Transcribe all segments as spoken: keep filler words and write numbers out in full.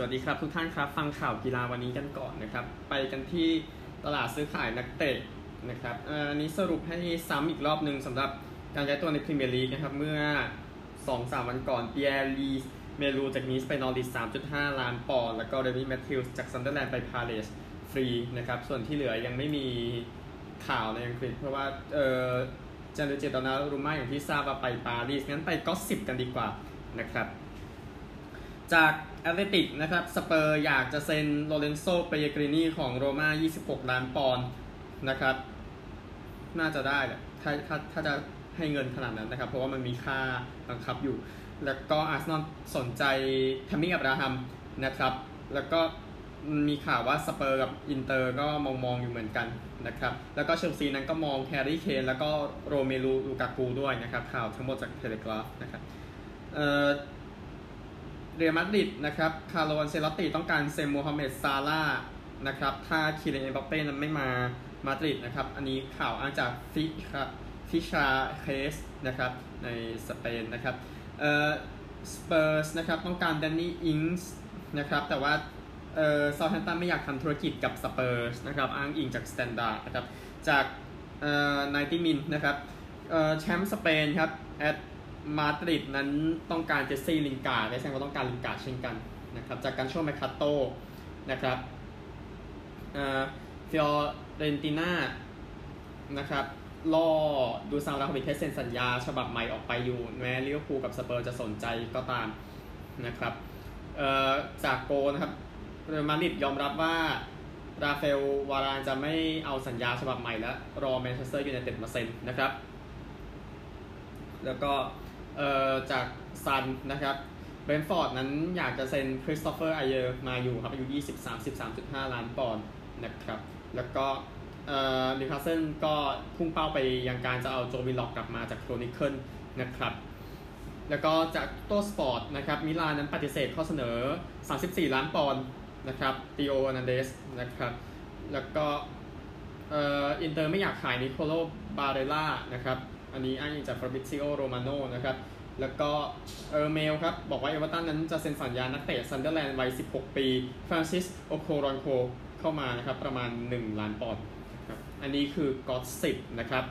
วัสดีครับทุกท่านครับฟังข่าวกีฬาวันนี้กันก่อนนะครับไปกันที่ตลาดซื้อขายนักเตะนะครับอันนี้สรุปให้ซ้ำอีกรอบหนึ่งสำหรับการย้ายตัวในพรีเมียร์ลีกนะครับเมื่อ สองถึงสาม วันก่อนเปียร์ลีเมลูจากนีสไปนอริส สามจุดห้า ล้านปอนด์แล้วก็เดวิดแมทธิวส์จากซันเดอร์แลนด์ไปพาเลสฟรีนะครับส่วนที่เหลือยังไม่มีข่าวในอังกฤษเพราะว่าเอ่อจารุเจตนารุม่าอย่างที่ทราบว่าไปปารีสงั้นไปก็สิบกันดีกว่านะครับจากแอตเลติกนะครับสเปอร์อยากจะเซ็นโลเรนโซเปเยกรินีของโรม่ายี่สิบหกล้านปอนด์นะครับน่าจะได้แหละถ้าถ้าถ้าจะให้เงินขนาดนั้นนะครับเพราะว่ามันมีค่าบังคับอยู่แล้วก็อาร์เซนอลสนใจแทมมี่อับราฮัมนะครับแล้วก็มีข่าวว่าสเปอร์กับอินเตอร์ก็มองมองอยู่เหมือนกันนะครับแล้วก็เชลซีนั้นก็มองแฮร์รี่เคนแล้วก็โรเมลูลูกากูด้วยนะครับข่าวทั้งหมดจากเทเลกราฟนะครับเอ่อเรอัลมาดริดนะครับคาร์โล อันเซลอตติต้องการเซมโมฮัมเหม็ดซาลาห์นะครับถ้าคิริอัน เอ็มบัปเป้นั้นไม่มามาดริดนะครับอันนี้ข่าวอ้างจากฟิครับฟิชาเคสนะครับในสเปนนะครับเอ่อสเปอร์สนะครับต้องการแดนนี่อิงส์นะครับแต่ว่าเอ่อเซาท์แฮมป์ตันไม่อยากทำธุรกิจกับสเปอร์สนะครับอ้างอิงจากสแตนดาร์ดนะครับจากเอ่อไนตี้มินนะครับเอ่อแชมป์สเปนครับแอดมาดริดนั้นต้องการเจสซี่ลินการ์ดและแสดงว่าต้องการลินการ์ดเช่นกันนะครับจากการช่วงแมคคาโตนะครับเอ่อฟิออเรนติน่านะครับล่อดูซานราโควิชให้เซ็นสัญญาฉบับใหม่ออกไปอยู่แม้ลิเวอร์พูลกับสเปอร์จะสนใจก็ตามนะครับเอ่อจากโกนะครับเรอัลมาดริดยอมรับว่าราฟาเอลวารานจะไม่เอาสัญญาฉบับใหม่แล้วรอแมนเชสเตอร์ยูไนเต็ดมาเซ็นนะครับแล้วก็เอ่อจากซันนะครับเบรนท์ฟอร์ดนั้นอยากจะเซ็นคริสโตเฟอร์ไอเยอร์มาอยู่ครับอายุยี่สิบ สามสิบ สามจุดห้า ล้านปอนด์นะครับแล้วก็เอ่อนิวคาสเซิลก็พุ่งเป้าไปยังการจะเอาโจวิลล็อกกลับมาจากโครนิเคิลนะครับแล้วก็จากโตสปอร์ตนะครับมิลานนั้นปฏิเสธข้อเสนอสามสิบสี่ล้านปอนด์นะครับติโอ นันเดสนะครับแล้วก็เอ่ออินเตอร์ไม่อยากขายนิโคโล บาเรล่านะครับอันนี้อ้างอิงจากฟาบริซิโอ โรมาโนนะครับแล้วก็เออเมลครับบอกว่าเอเวอร์ตันนั้นจะเซ็นสัญญานักเตะซันเดอร์แลนด์วัยสิบหกปีฟรานซิสโอโครอนโคเข้ามานะครับประมาณหนึ่งล้านปอนด์ครับอันนี้คือกอสซิปนะครับ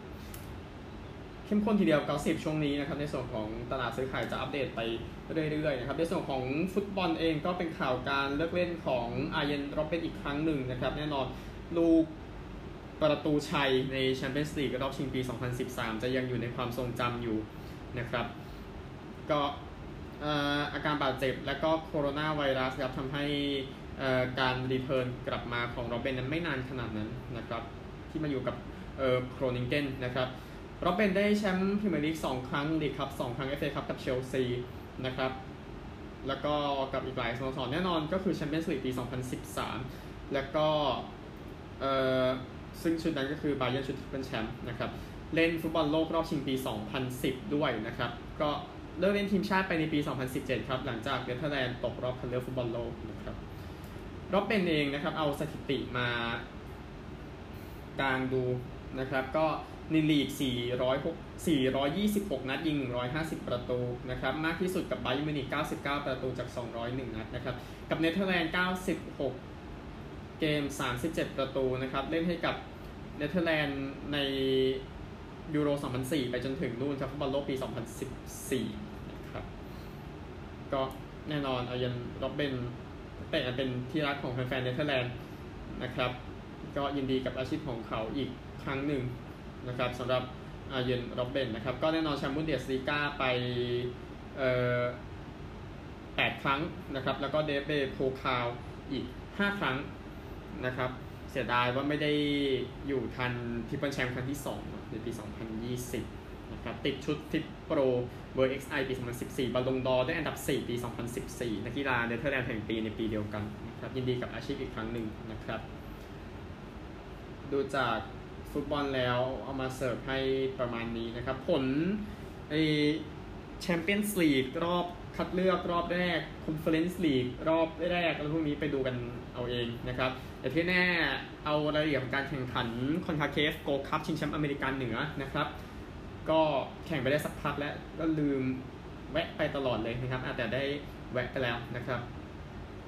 เข้มข้นทีเดียวกอสซิปช่วงนี้นะครับในส่วนของตลาดซื้อขายจะอัปเดตไปเรื่อยๆนะครับในส่วนของฟุตบอลเองก็เป็นข่าวการเลิกเล่นของอาร์เยน โรเบนอีกครั้งหนึ่งนะครับแน่นอนลูกประตูชัยในแชมเปี้ยนส์ลีกรอบชิงปีสองพันสิบสามจะยังอยู่ในความทรงจำอยู่นะครับก็อาการบาดเจ็บและก็โคโรนาไวรัสครับทำให้การรีเทิร์นกลับมาของโรเบนนั้นไม่นานขนาดนั้นนะครับที่มาอยู่กับโครนิงเกนนะครับโรเบนได้แชมป์พรีเมียร์ลีกสองครั้งลีกคัพสองครั้ง เอฟ เอ คัพกับเชลซีนะครับแล้วก็กับอีกหลายสโมสรแน่นอนก็คือแชมเปี้ยนส์ลีกปีสองพันสิบสามแล้วก็เอ่อซึ่งชุดนั้นก็คือบาเยิร์นชุดเป็นแชมป์นะครับเล่นฟุตบอลโลกรอบชิงปีสองพันสิบด้วยนะครับก็เลิกเล่นทีมชาติไปในปีสองพันสิบเจ็ดครับหลังจากเนเธอร์แลนด์ตกรอบคัดเลือกฟุตบอลโลกนะครับโรเบนเองนะครับเอาสถิติมากางดูนะครับก็ในลีกสี่ร้อยหก สี่ร้อยยี่สิบหกนัดยิงหนึ่งร้อยห้าสิบประตูนะครับมากที่สุดกับไบเยิร์นมิวนิกเก้าสิบเก้าประตูจากสองร้อยเอ็ดนัดนะครับกับเนเธอร์แลนด์เก้าสิบหกเกมสามสิบเจ็ดประตูนะครับเล่นให้กับเนเธอร์แลนด์ในยูโรสองพันสี่ไปจนถึงนู่นครับฟุตบอลโลกปีสองพันสิบสี่นะครับก็แน่นอนอาร์เยน โรเบนเป็นเป็นที่รักของแฟนๆเนเธอร์แลนด์นะครับก็ยินดีกับอาชีพของเขาอีกครั้งหนึ่งนะครับสำหรับอาร์เยน โรเบนนะครับก็แน่นอนแชมป์บุนเดสลีกาไปเอ่อแปดครั้งนะครับแล้วก็เดฟเบโพคาลอีกห้าครั้งนะครับเสียดายว่าไม่ได้อยู่ทันทริปเปิลแชมป์ครั้งที่สองในปีสองพันยี่สิบนะครับติดชุดฟิปโปรเวอร์ เอ็กซ์ ไอ ปีสองพันสิบสี่บอลลงดอร์ได้อันดับสี่ปีสองพันสิบสี่นักกีฬาเนเธอร์แลนด์แห่งปีในปีเดียวกันนะครับยินดีกับอาชีพอีกครั้งหนึ่งนะครับดูจากฟุตบอลแล้วเอามาเสิร์ฟให้ประมาณนี้นะครับผลไอแชมเปี้ยนส์ลีกรอบคัดเลือกรอบแรกคอนเฟอเรนซ์ลีกรอบแรกแล้วพวกนี้ไปดูกันเอาเองนะครับแต่ที่แน่เอารายละเอียดของการแข่งขันคอนคาเคฟโกลด์คัพชิงแชมป์อเมริกันเหนือนะครับก็แข่งไปได้สักพักแล้วก็ลืมแวะไปตลอดเลยนะครับแต่ได้แวะไปแล้วนะครับ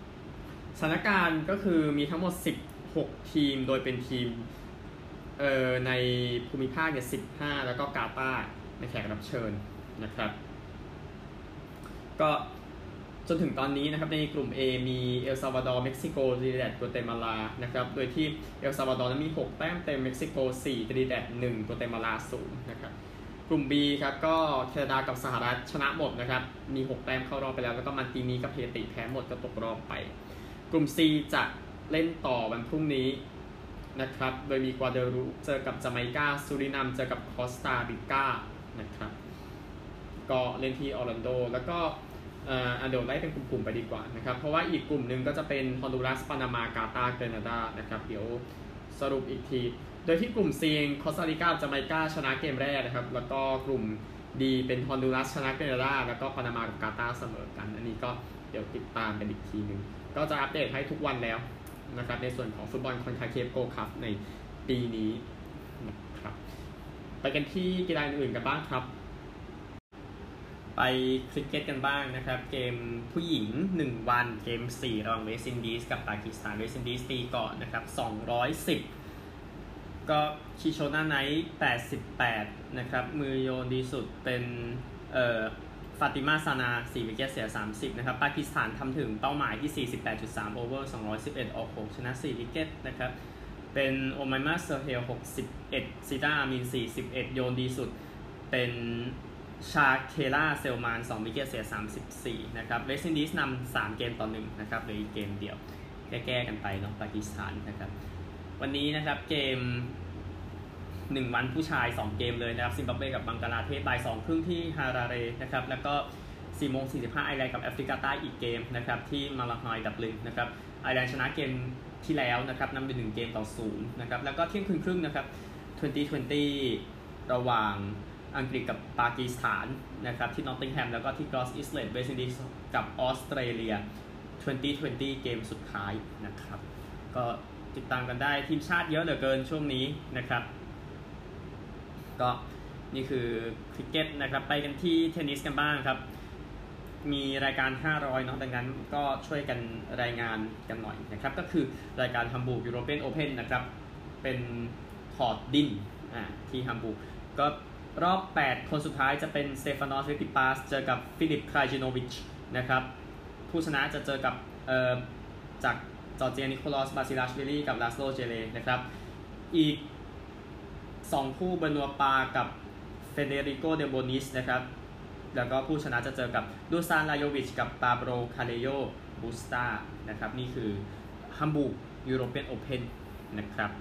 สถานการณ์ก็คือมีทั้งหมดสิบหกทีมโดยเป็นทีมเอ่อในภูมิภาคเนี่ยสิบห้าแล้วก็กาตาร์ในแขกรับเชิญนะครับก็จนถึงตอนนี้นะครับในกลุ่ม A มีเอลซัลวาดอร์เม็กซิโกตรินิแดดกัวเตมาลานะครับโดยที่เอลซัลวาดอร์นั้นมีหกแต้มเต็มเม็กซิโกสี่ตรินิแดดหนึ่งกัวเตมาลาศูนย์นะครับกลุ่ม B ครับก็แคนาดากับสหรัฐชนะหมดนะครับมีหกแต้มเข้ารอบไปแล้วแล้วก็มันตินีกับเฮติแพ้หมดก็ตกรอบไปกลุ่ม C จะเล่นต่อวันพรุ่งนี้นะครับโดยมีกัวเดรูเจอกับจาเมกาซูรินัมเจอกับคอสตาริกานะครับก็เล่นที่ออร์แลนโดแล้วก็เอ่อเดี๋ยวไล่เป็นกลุ่มๆไปดีกว่านะครับเพราะว่าอีกกลุ่มหนึ่งก็จะเป็นฮอนดูรัสปานามากาตาร์แคนาดานะครับเดี๋ยวสรุปอีกทีโดยที่กลุ่ม C คอสตาริกาจาเมกาชนะเกมแรกนะครับแล้วก็กลุ่ม D เป็นฮอนดูรัสชนะแคนาดาแล้วก็ปานามากับกาตาร์เสมอกันอันนี้ก็เดี๋ยวติดตามกันอีกทีนึงก็จะอัปเดตให้ทุกวันแล้วนะครับในส่วนของฟุตบอลคอนคาเคฟโกคัพในปีนี้นะครับไปกันที่กีฬาอื่นกันบ้างครับไปคริกเก็ตกันบ้างนะครับเกมผู้หญิงหนึ่งวันเกมสี่ระหว่างเวสต์อินดีสกับปากีสถานเวสต์อินดีสตีก่อนนะครับสองร้อยสิบก็คิโชนาไนท์แปดสิบแปดนะครับมือโยนดีสุดเป็นเอ่อฟาติมาซานาสี่วิกเก็ตเสียสามสิบนะครับปากีสถานทำถึงเป้าหมายที่ สี่สิบแปดจุดสาม โอเวอร์สองร้อยสิบเอ็ดออกหกชนะสี่วิกเก็ตนะครับเป็นโอไมมาเซอร์เฮลหกสิบเอ็ดซิต้าอามินสี่สิบเอ็ดโยนดีสุดเป็นชาเคล่าเซลมานสองวิกเก็ตเสียสามสิบสี่นะครับเวสต์อินดีสนำสามเกมต่อหนึ่งนะครับเหลืออีกเกมเดียวแก้ๆกันไปเนาะปากีสถานนะครับวันนี้นะครับเกมหนึ่งวันผู้ชายสองเกมเลยนะครับซิมบับเวกับบังกลาเทศบ่ายสองครึ่งที่ฮาราเรนะครับแล้วก็สี่โมงสี่สิบห้าไอร์แลนด์กับแอฟริกาใต้อีกเกมนะครับที่มาลาฮอยดับลินนะครับไอร์แลนด์ชนะเกมที่แล้วนะครับนำเป็นหนึ่งเกมต่อศูนย์นะครับแล้วก็เที่ยงคืนครึ่งนะครับยี่สิบยี่สิบระหว่างอังกฤษกับปากีสถานนะครับที่นอตติงแฮมแล้วก็ที่กรอสอิสเลนด์เวสต์อินดีสกับออสเตรเลียยี่สิบยี่สิบเกมสุดท้ายนะครับก็ติดตามกันได้ทีมชาติเยอะเหลือเกินช่วงนี้นะครับก็นี่คือคริกเก็ตนะครับไปกันที่เทนนิสกันบ้างครับมีรายการห้าร้อยเนาะดังนั้นก็ช่วยกันรายงานกันหน่อยนะครับก็คือรายการฮัมบูร์กยูโรเปียนโอเพ่นนะครับเป็นถอดดินอ่าที่ฮัมบูร์กก็รอบแปดคนสุดท้ายจะเป็นสเตฟานอส ซิติปาสเจอกับฟิลิปคราจิโนวิชนะครับผู้ชนะจะเจอกับเอ่อจากจอร์เจียนิโคลัสบาซิลาชวิลีกับลาสโลเจเลนะครับอีกสองคู่เบนัวปากับเฟเดริโกเดโบนิสนะครับแล้วก็ผู้ชนะจะเจอกับดูซานลาโยวิชกับปาโบรคาเลโยบูสตานะครับนี่คือฮัมบูร์กยูโรเปียนโอเพ่นนะครับ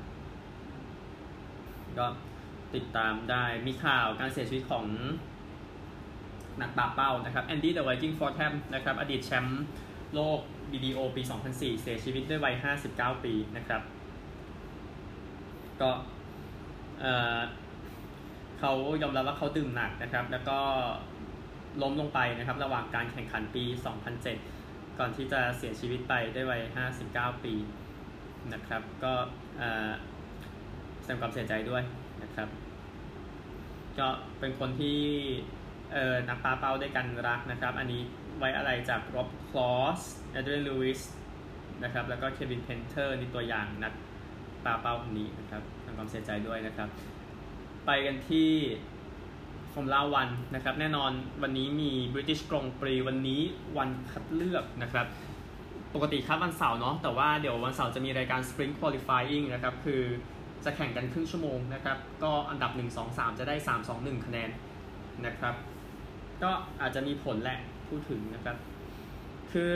ก็ติดตามได้มีข่าวการเสียชีวิตของนักปาเป้านะครับแอนดี้เดอะไวกิ้งฟอร์แทมนะครับอดีตแชมป์โลก บี ดี โอ ปี สองพันสี่ เสียชีวิตด้วยวัยห้าสิบเก้าปีนะครับก็เอ่อเขายอมรับว่าเขาดื่มหนักนะครับแล้วก็ล้มลงไปนะครับระหว่างการแข่งขันปี สองพันเจ็ด ก่อนที่จะเสียชีวิตไปด้วยวัยห้าสิบเก้าปีนะครับก็เอ่อแสดงความเสียใจด้วยนะครับก็เป็นคนที่เอ่อนักปาเป้าด้วยกันรักนะครับอันนี้ไว้อะไรจากร็อบคลอสแอดเรียนลูอิสนะครับแล้วก็เควินเพนเทอร์นี่ตัวอย่างนักปาเป้าคนนี้นะครับแสดงความเสียใจด้วยนะครับไปกันที่ฟอร์มูล่าวันนะครับแน่นอนวันนี้มี British Grand Prix วันนี้วันคัดเลือกนะครับปกติครับวันเสาร์เนาะแต่ว่าเดี๋ยววันเสาร์จะมีรายการ Sprint Qualifying นะครับคือจะแข่งกันครึ่งชั่วโมงนะครับก็อันดับหนึ่ง สอง สามจะได้สาม สอง หนึ่งคะแนนนะครับก็อาจจะมีผลแหละพูดถึงนะครับคือ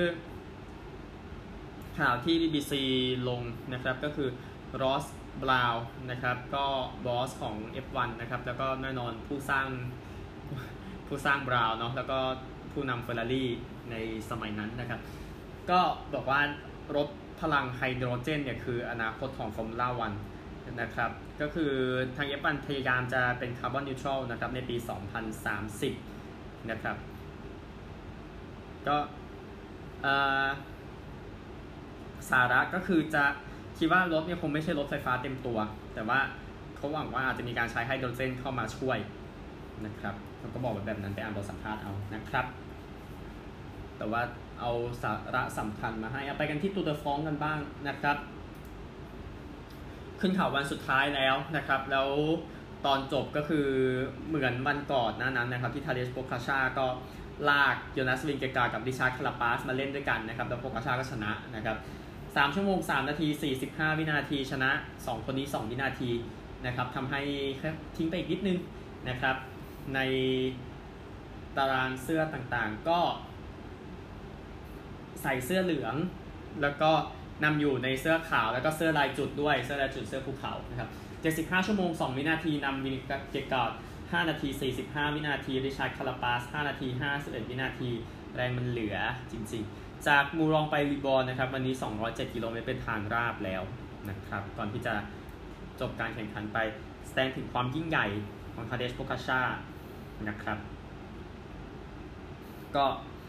ข่าวที่ บี บี ซี ลงนะครับก็คือรอสบราวน์นะครับก็บอสของ เอฟ วัน นะครับแล้วก็แน่นอนผู้สร้างผู้สร้างบราวน์เนาะแล้วก็ผู้นำเฟอร์รารี่ในสมัยนั้นนะครับก็บอกว่ารถพลังไฮโดรเจนเนี่ยคืออนาคตของฟอร์มูล่าวันนะครับก็คือทาง เอฟ วัน พยายามจะเป็นคาร์บอนนิวทรัลนะครับในปี สองพันสามสิบนะครับก็สาระก็คือจะคิดว่ารถเนี่ยคงไม่ใช่รถไฟฟ้าเต็มตัวแต่ว่าเขาหวังว่าอาจจะมีการใช้ไฮโดรเจนเข้ามาช่วยนะครับเขาก็บอกแบบนั้นไปอ่านบทสัมภาษณ์เอานะครับแต่ว่าเอาสาระสำคัญมาให้เอาไปกันที่ตูเดอฟองกันบ้างนะครับขึ้นเขาวันสุดท้ายแล้วนะครับแล้วตอนจบก็คือเหมือนวันก่อนหน้านั้นนะครับที่ทาเดชโปคาชาก็ลากโยนาสวิงเกกากับริชาร์ดคาราปาสมาเล่นด้วยกันนะครับแล้วโปคาชาก็ชนะนะครับสามชั่วโมงสามนาทีสี่สิบห้าวินาทีชนะสองคนนี้สองวินาทีนะครับทำให้ทิ้งไปอีกนิดนึงนะครับในตารางเสื้อต่างๆก็ใส่เสื้อเหลืองแล้วก็นำอยู่ในเสื้อขาวแล้วก็เสื้อลายจุดด้วยเสื้อลายจุดเสื้อภูเขานะครับเจ็ดสิบห้าชั่วโมงสองวินาทีนำวินิเกกาดห้านาทีสี่สิบห้าวินาทีริชาร์ดคาราปาสห้านาทีห้าสิบเอ็ดวินาทีแรงมันเหลือจริงๆจากมูรองไปรีบอร์นะครับวันนี้สองร้อยเจ็ดกิโลเมตรเป็นทางราบแล้วนะครับก่อนที่จะจบการแข่งขันไปแสดงถึงความยิ่งใหญ่ของทาเดชโปคาชานะครับก็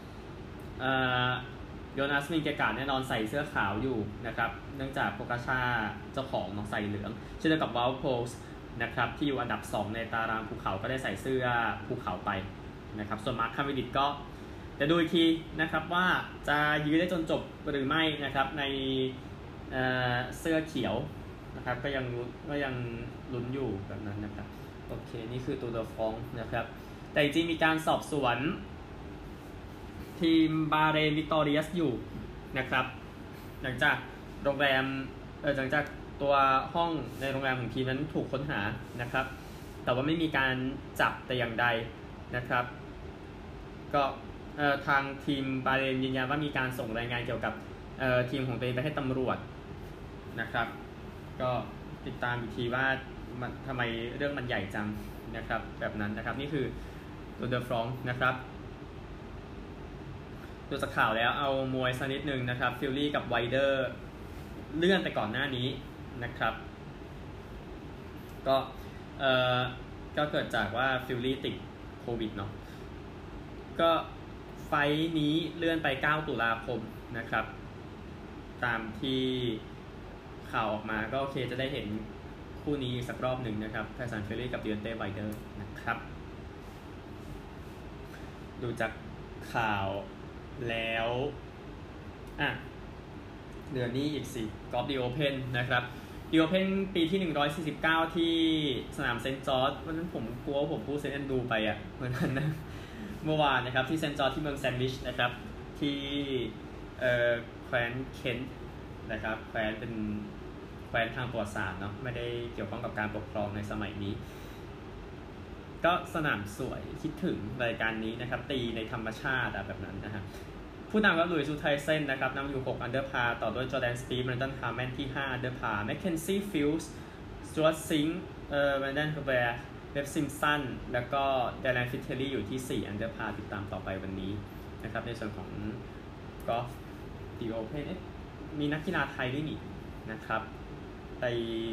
โยนาสมินเกกาแน่นอนใส่เสื้อขาวอยู่นะครับเนื่องจากโปกาชาเจ้าของน้องใส่เหลืองเช่นเดียวกับวอลโพสนะครับที่อยู่อันดับสองในตารางภูเขาก็ได้ใส่เสื้อภูเขาไปนะครับส่วนมาร์คคาร์วิดิตก็จะดูอีกทีนะครับว่าจะยื้อได้จนจบหรือไม่นะครับในเ, เสื้อเขียวนะครับก็ยังก็ยังลุ้นอยู่แบบนั้นนะครับโอเคนี่คือตูเดอฟองนะครับแต่จริงมีการสอบสวนทีมบาเรนวิตอเรียสอยู่นะครับหลังจากโรงแรมเออหลังจากตัวห้องในโรงแรมของทีมนั้นถูกค้นหานะครับแต่ว่าไม่มีการจับแต่อย่างใดนะครับก็เอ่อทางทีมบาเรนยืนยันว่ามีการส่งรายงานเกี่ยวกับเอ่อทีมของตัวเองไปให้ตำรวจนะครับก็ติดตามอีกทีว่ามันทำไมเรื่องมันใหญ่จังนะครับแบบนั้นนะครับนี่คือตูเดอฟรองนะครับดูจากข่าวแล้วเอามวยสักนิดนึงนะครับฟิลลี่กับไวเดอร์เลื่อนไปก่อนหน้านี้นะครับก็เอ่อก็เกิดจากว่าฟิลลี่ติดโควิดเนาะก็ไฟนี้เลื่อนไปเก้าตุลาคมนะครับตามที่ข่าวออกมาก็โอเคจะได้เห็นคู่นี้สักรอบหนึ่งนะครับไทสันฟิลลี่กับดิออนเต้ไวเดอร์นะครับดูจากข่าวแล้วอ่ะเดือนนี้อีกสิกอล์ฟดีโอเพนนะครับดีโอเพนปีที่หนึ่งร้อยสี่สิบเก้าที่สนามเซนต์จอร์จวันนั้นผมกลัวว่าผมพูดเซนต์แอนดรูไปอ่ะเหมือนกันนะเมื่อวานนะครับที่เซนต์จอร์จที่เมืองแซนด์วิชนะครับที่เอ่อแคว้นเคนต์นะครับแคว้นเป็นแคว้นทางประวัติศาสตร์เนาะไม่ได้เกี่ยวข้องกับการปกครองในสมัยนี้ก็สนามสวยคิดถึงรายการนี้นะครับตีในธรรมชาติแบบนั้นนะฮะผู้นำก็ลุยส์ ซูไทเซนนะครับนำอยู่หกอันเดอร์พาร์ต่อด้วยจอร์แดนสปีดแบรนดอนฮาร์แมนที่ห้าอันเดอร์พาร์แมคเคนซี่ฟิลส์สจ๊วตซิงค์เอ่อแบรนดอนเฮอร์แบร์เวฟซิมสันแล้วก็เดลันฟิตเทอรี่อยู่ที่สี่อันเดอร์พาร์ติดตามต่อไปวันนี้นะครับในส่วนของกอล์ฟดีโอเพนมีนักกีฬาไทยด้วยนี่นะครับไป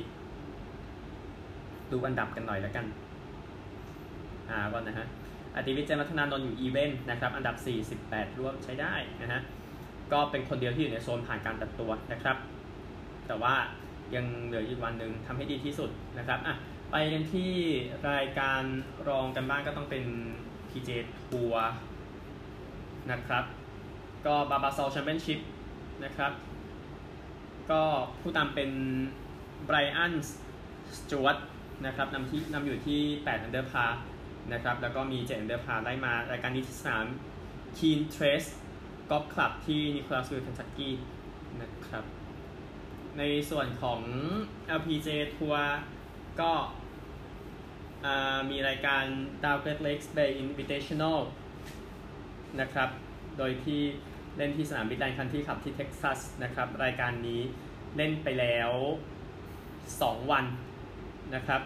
ดูอันดับกันหน่อยแล้วกันอ่าก่อนนะฮะอติวิทย์ เจมส์ วัฒนานนท์อยู่อีเวนต์นะครับอันดับสี่สิบแปดร่วมใช้ได้นะฮะก็เป็นคนเดียวที่อยู่ในโซนผ่านการตัดตัวนะครับแต่ว่ายังเหลืออีกวันหนึ่งทำให้ดีที่สุดนะครับอ่ะไปกันที่รายการรองกันบ้างก็ต้องเป็น พี เจ ทัวร์นะครับก็บาบาซอลแชมเปี้ยนชิพนะครับก็ผู้ตามเป็นไบรอันสจ๊วตนะครับนำที่นำอยู่ที่แปดอันเดอร์พาร์นะครับแล้วก็มีเจ็ดอันเดอร์พาร์ได้มารายการนี้ที่สนามคีนเทรสกอล์ฟคลับที่นิโคลัสวิลล์ เคนทักกี้นะครับในส่วนของ แอล พี เจ ทัวร์ก็มีรายการ Douglas Lakes Bay Invitational นะครับโดยที่เล่นที่สนาม Midland Country Club ที่เท็กซัสนะครับรายการนี้เล่นไปแล้วสองวันนะครับ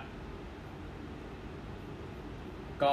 ก็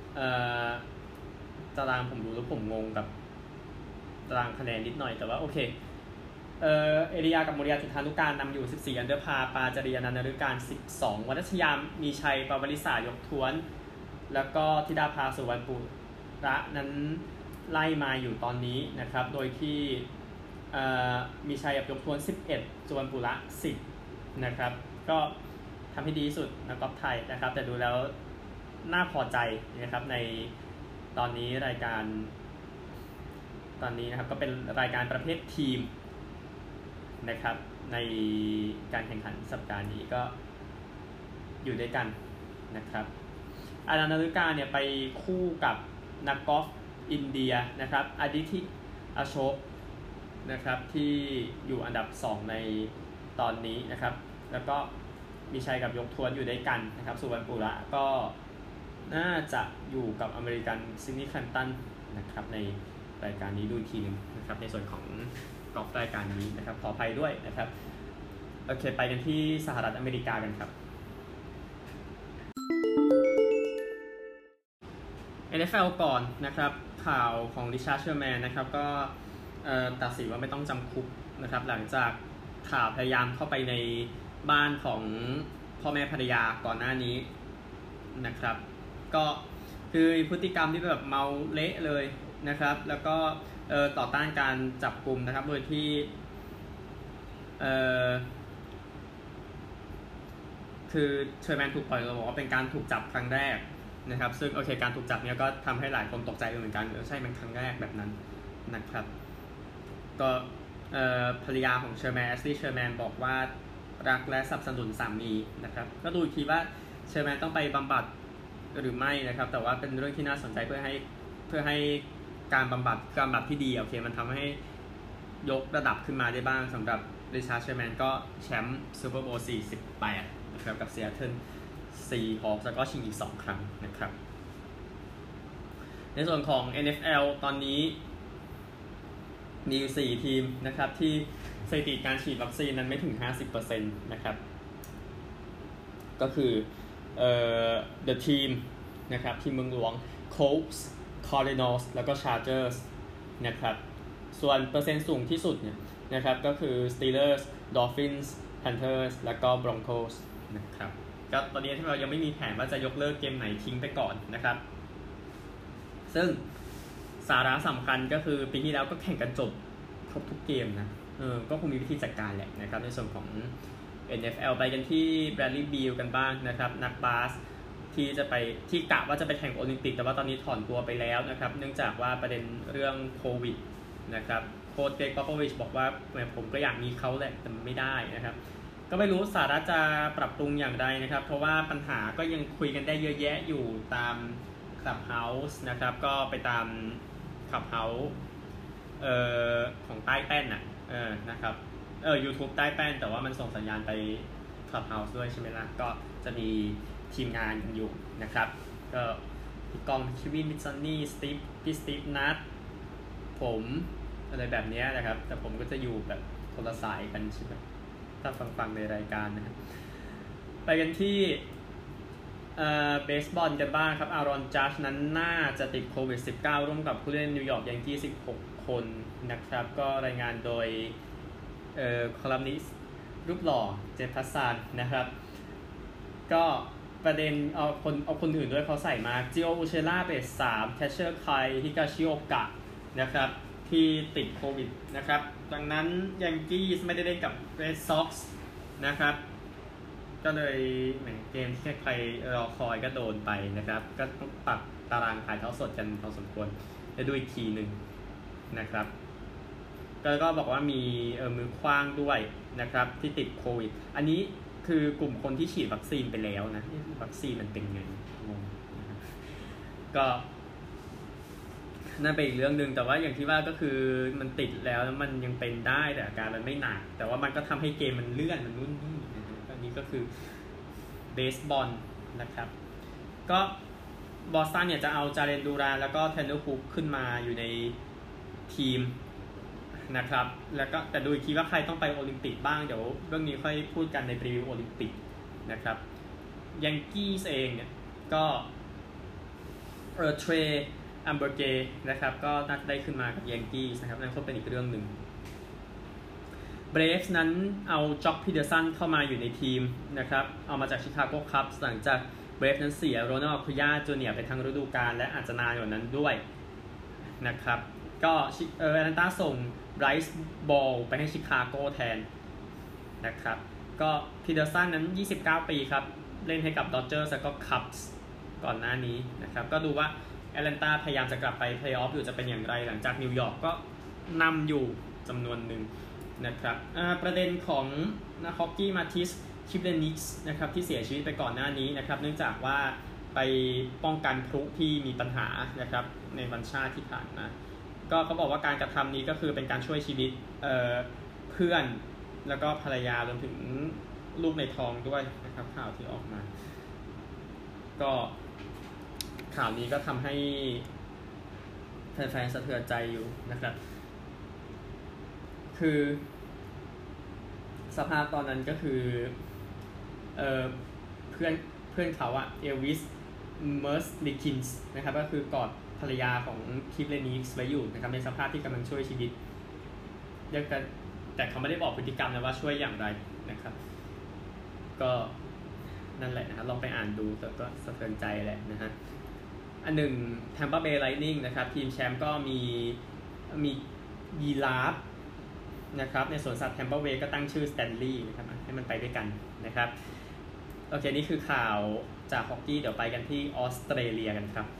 ตารางผมดูแล้วผมงงกับตารางคะแนนนิดหน่อยแต่ว่าโอเคเออเอริยากับโมริยาจุฑานุการนำอยู่สิบสี่อันเดอร์พาร์ปาจาริยานันทฤการสิบสองวรรณชยามมีชัยปวริษายกท้วนแล้วก็ธิดาภาสุวรรณปุระนั้นไล่มาอยู่ตอนนี้นะครับโดยที่มีชัยยกท้วนสิบเอ็ดสุวรรณปุระสิบนะครับก็ทำให้ดีที่สุดนักกอล์ฟไทยนะครับแต่ดูแล้วน่าพอใจนะครับในตอนนี้รายการตอนนี้นะครับก็เป็นรายการประเภททีมนะครับในการแข่งขันสัปดาห์นี้ก็อยู่ด้วยกันนะครับอานันต์ ฤกาเนี่ยไปคู่กับนักกอล์ฟอินเดียนะครับอดิธิอโชคนะครับที่อยู่อันดับสองในตอนนี้นะครับแล้วก็มีชัยกับยกทวนอยู่ด้วยกันนะครับสุวรรณปุระก็น่าจะอยู่กับอเมริกันซิดนีย์แคลนตันนะครับในรายการนี้ดูอีกทีนึงนะครับในส่วนของกอล์ฟรายการนี้นะครับขออภัยด้วยนะครับโอเคไปกันที่สหรัฐอเมริกากันครับ เอ็น เอฟ แอล ก่อนนะครับข่าวของริชาร์ด เชอร์แมนนะครับก็ตัดสินว่าไม่ต้องจำคุกนะครับหลังจากข่าวพยายามเข้าไปในบ้านของพ่อแม่ภรรยาก่อนหน้านี้นะครับก็คือพฤติกรรมที่แบบเมาเละเลยนะครับแล้วก็ต่อต้านการจับกุมนะครับโดยที่คือเชอร์แมนถูกปล่อยตัวบอกว่าเป็นการถูกจับครั้งแรกนะครับซึ่งโอเคการถูกจับเนี้ยก็ทำให้หลายคนตกใจเหมือนกันใช่มันครั้งแรกแบบนั้นนะครับก็ภรรยาของเชอร์แมนแอชลีย์เชอร์แมนบอกว่ารักและสนับสนุนสามีนะครับก็ดูอีกทีว่าเชอร์แมนต้องไปบำบัดหรือไม่นะครับแต่ว่าเป็นเรื่องที่น่าสนใจเพื่อให้เพื่อให้การบำบัดการบำบัดที่ดีโอเคมันทำให้ยกระดับขึ้นมาได้บ้างสำหรับริชาร์ด เชอร์แมนก็แชมป์ซูเปอร์โบว์สี่สิบแปดนะครับกับซีแอตเทิลซีฮอคส์แล้วก็ชิงอีกสองครั้งนะครับในส่วนของ เอ็น เอฟ แอล ตอนนี้มีอยู่สี่ทีมนะครับที่สถิติการฉีดวัคซีนนั้นไม่ถึง ห้าสิบเปอร์เซ็นต์ นะครับก็คือเอ่อ The Team นะครับทีมเมืองหลวง Colts Cardinals แล้วก็ Chargers นะครับส่วนเปอร์เซ็นต์สูงที่สุดเนี่ยนะครับก็คือ Steelers Dolphins Panthers แล้วก็ Broncos นะครับก็ตอนนี้ที่เรายังไม่มีแผนว่าจะยกเลิกเกมไหนทิ้งไปก่อนนะครับซึ่งสาระสำคัญก็คือปีที่แล้วก็แข่งกันจบครบทุกเกมนะเออก็คงมีวิธีจัดการแหละนะครับในส่วนของ เอ็น เอฟ แอล ไปกันที่ Bradley Beal กันบ้างนะครับนักบาสที่จะไปที่กะว่าจะไปแข่งโอลิมปิกแต่ว่าตอนนี้ถอนตัวไปแล้วนะครับเนื่องจากว่าประเด็นเรื่องโควิดนะครับโค้ชเกรก ปอปโปวิชบอกว่าผมก็อยากมีเขาแหละแต่ไม่ได้นะครับก็ไม่รู้สหรัฐจะปรับปรุงอย่างไรนะครับเพราะว่าปัญหาก็ยังคุยกันได้เยอะแยะอยู่ตาม Clubhouse นะครับก็ไปตาม Clubhouse เอ่อของใต้แป้นน่ะเออนะครับเออ YouTube ใต้แป้นแต่ว่ามันส่งสัญญาณไป Clubhouse ด้วยใช่ไหมล่ะก็จะมีทีมงานกันอยู่นะครับก็พี่กองคิวินมิซอนนี่สตีฟพี่สตีฟนัทผมอะไรแบบนี้นะครับแต่ผมก็จะอยู่แบบคนละสายกันใช่ไหมถ้าฟังๆในรายการนะครับไปกันที่เอ่อเบสบอลกันบ้างครับอารอนจัดนั้นน่าจะติดโควิด สิบเก้า ร่วมกับผู้เล่นนิวยอร์กยังกี้สิบหกคนนะครับก็รายงานโดยเอ่อคอลัมนิสต์รูปหล่อเจฟฟัสซันนะครับก็ประเด็นเอาคนเอาคนอื่นด้วยเขาใส่มาจิโออุเชล่าเบสสามแคชเชอร์ไคฮิกาชิโอกะนะครับที่ติดโควิดนะครับดังนั้นยังกี้ไม่ได้เล่นกับเรดซ็อกซ์นะครับก็เลยเหมือนเกมที่ใครรอคอยก็โดนไปนะครับก็ต้องปรับตารางถ่ายทอดสดกันพอสมควรจะดูอีกทีหนึ่งนะครับก็ก็บอกว่ามีเออมือคว้างด้วยนะครับที่ติดโควิดอันนี้คือกลุ่มคนที่ฉีดวัคซีนไปแล้วนะวัคซีนมันเป็นไงงงก็นั่นเป็นอีกเรื่องนึงแต่ว่าอย่างที่ว่าก็คือมันติดแล้วมันยังเป็นได้แต่อาการมันไม่หนักแต่ว่ามันก็ทำให้เกมมันเลื่อนมันนู่นนี่อันนี้ก็คือเบสบอลนะครับก็บอสตันเนี่ยจะเอาจาเรนดูรานแล้วก็เทนเนอร์คุกขึ้นมาอยู่ในทีมนะครับแล้วก็แต่ดูอีกทีว่าใครต้องไปโอลิมปิกบ้างเดี๋ยวเรื่องนี้ค่อยพูดกันในพรีวิวโอลิมปิกนะครับยังกี้เองเนี่ยก็เออเทรอัมเบอร์เกนะครับก็น่าจะได้ขึ้นมากับยังกี้นะครับนั่นก็เป็นอีกเรื่องหนึ่งเบรฟส์นั้นเอาจ็อกพีเดอร์สันเข้ามาอยู่ในทีมนะครับเอามาจากชิคาโกคัพส์หลังจากเบรฟส์นั้นเสียโรนัลด์ คุย่าจูเนียร์ไปทั้งฤดูกาลและอาจจะนานกว่านั้นด้วยนะครับก็เออแอตแลนตาส่งไบรซ์บอลไปให้ชิคาโกแทนนะครับก็พีเดอร์สันนั้นยี่สิบเก้าปีครับเล่นให้กับดอดเจอร์สแล้วก็คัพส์ก่อนหน้านี้นะครับก็ดูว่าแอตแลนตาพยายามจะกลับไปเพลย์ออฟอยู่จะเป็นอย่างไรหลังจากนิวยอร์กก็นำอยู่จำนวนหนึ่งนะครับประเด็นของนักฮอกกี้มาทิสคิปเลนิกส์นะครับที่เสียชีวิตไปก่อนหน้านี้นะครับเนื่องจากว่าไปป้องกันพลุที่มีปัญหานะครับในวันชาติที่ผ่านมาก็เขาบอกว่าการกระทำนี้ก็คือเป็นการช่วยชีวิต เอ่อ เพื่อนแล้วก็ภรรยารวมถึงลูกในท้องด้วยนะครับข่าวที่ออกมาก็ข่าวนี้ก็ทำให้แฟนๆสะเทือนใจอยู่นะครับคือสภาพตอนนั้นก็คือเอ่อเพื่อนเพื่อนเขาอะเอลวิสเมอร์สลิคินส์นะครับก็คือกอดภรรยาของคิปเลนิกส์ไว้อยู่นะครับในสภาพที่กำลังช่วยชีวิตแต่เขาไม่ได้บอกพฤติกรรมนะว่าช่วยอย่างไรนะครับก็นั่นแหละนะครับลองไปอ่านดูแต่ก็สะเทือนใจแหละนะฮะอันหนึ่ง Tampa Bay Lightning นะครับทีมแชมป์ก็มีมียีราฟนะครับในสวนสัตว์ Tampa Bay ก็ตั้งชื่อ Stanley นะครับให้มันไปด้วยกันนะครับโอเคนี่คือข่าวจากฮอกกี้เดี๋ยวไปกันที่ออสเตรเลียกันครับ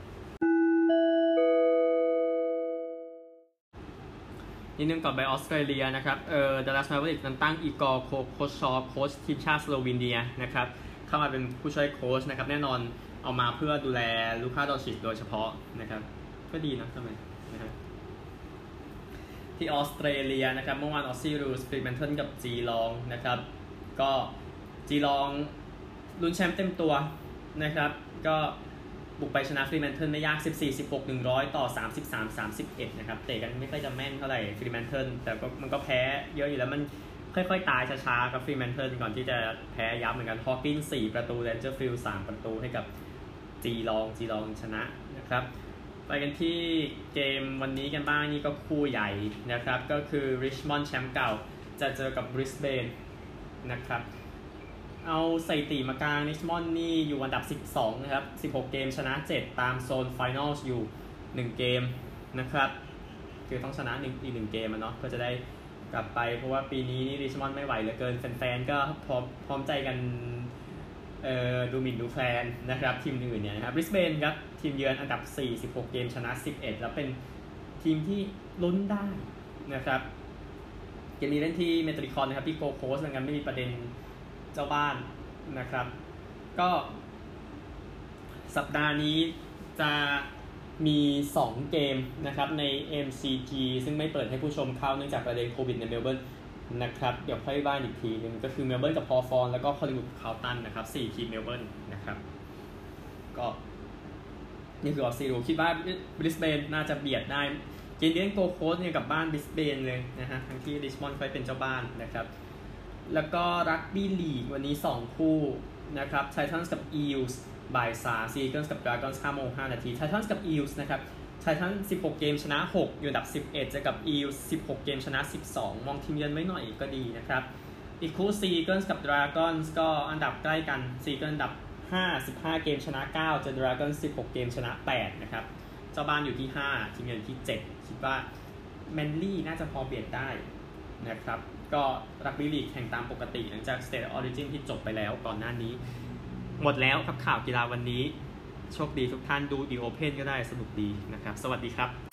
นิดนึงก่อนไปออสเตรเลียนะครับเอ่อดัลลัส แมเวอริกส์นั้นตั้งอีกอร์โคชชอโค้ชทีมชาติสโลวีเนียนะครับเข้ามาเป็นผู้ช่วยโค้ชนะครับแน่นอนเอามาเพื่อดูแลลูก้า ดอนชิชโดยเฉพาะนะครับก็ดีนะทำไมนะครับที่ออสเตรเลียนะครับเมื่อวานออสซี่รูสฟรีแมนเทิลกับจีลองนะครับก็จีลองลุ้นแชมป์เต็มตัวนะครับก็บุกไปชนะฟรีแมนเทิลไม่ยาก สิบสี่ สิบหก หนึ่งร้อย ต่อ สามสิบสาม สามสิบเอ็ด นะครับเตะกันไม่ค่อยจะแม่นเท่าไหร่ฟรีแมนเทิลแต่ก็มันก็แพ้เยอะอยู่แล้วมันค่อยๆตายช้าๆกับฟรีแมนเทิลก่อนที่จะแพ้ยับเหมือนกันฮอว์กินส์สี่ประตูแรนเจอร์ฟิลด์สามประตูให้กับจีลองจีลองชนะนะครับไปกันที่เกมวันนี้กันบ้างนี่ก็คู่ใหญ่นะครับก็คือริชมอนด์แชมป์เก่าจะเจอกับบริสเบนนะครับเอาสถิติมากลางริชมอนด์นี่อยู่อันดับสิบสองนะครับสิบหกเกมชนะเจ็ดตามโซนไฟนอลอยู่หนึ่งเกมนะครับคือต้องชนะหนึ่งอีกหนึ่งเกมอ่ะเนาะเพื่อจะได้กลับไปเพราะว่าปีนี้นี่ริชมอนด์ไม่ไหวเหลือเกินแฟนๆก็พร้อมพร้อมใจกันเอ่อดูหมิ่นดูแคลนนะครับทีมอื่นเนี่ยนะครับบริสเบนครับทีมเยือนอันดับสี่ สิบหกเกมชนะสิบเอ็ดแล้วเป็นทีมที่ลุ้นได้นะครับเกมนี้เล่นที่เมโทรคอนนะครับที่โกลด์โคสต์เหมือนกันไม่มีประเด็นเจ้าบ้านนะครับก็สัปดาห์นี้จะมีสองเกมนะครับใน เอ็ม ซี จี ซึ่งไม่เปิดให้ผู้ชมเข้าเนื่องจากประเด็นโควิดในเมลเบิร์นนะครับเดี๋ยวค่อยบ้านอีกทีนึงก็คือเมลเบิร์นกับพอฟอนแล้วก็ฮอลลีวูดคาร์ลตันนะครับสี่ทีมเมลเบิร์นนะครับก็นี่คือออสซีรูคิดว่าบริสเบนน่าจะเบียดได้เกมเลี้ยงโกลด์โคสต์เนี่ยกับบ้านบริสเบนเลยนะฮะทั้งที่ริชมอนด์เคยเป็นเจ้าบ้านนะครับแล้วก็รักบี้ลีกวันนี้สองคู่นะครับไททันส์กับอีลส์บ่ายสามซีเกิลส์กับดราก้อนส์ห้าโมงห้านาทีไททันส์กับอีลส์นะครับไททันสิบหกเกมชนะหกอยู่อันดับสิบเอ็ดเจอกับอีลส์สิบหกเกมชนะสิบสองมองทีมเยือนไว้หน่อยก็ดีนะครับอีกคู่ซีเกิลส์กับดราก้อนส์ก็อันดับใกล้กันซีเกิลอันดับห้า สิบห้าเกมชนะเก้าเจอดราก้อนส์สิบหกเกมชนะแปดนะครับเจ้าบ้านอยู่ที่ห้าทีมเยือนที่เจ็ดคิดว่าแมนลี่น่าจะพอเบียดได้นะครับก็รักบี้ลีกแข่งตามปกติหลังจาก State of Origin ที่จบไปแล้วก่อนหน้านี้หมดแล้วครับข่าวกีฬาวันนี้โชคดีทุกท่านดู The Open ก็ได้สนุกดีนะครับสวัสดีครับ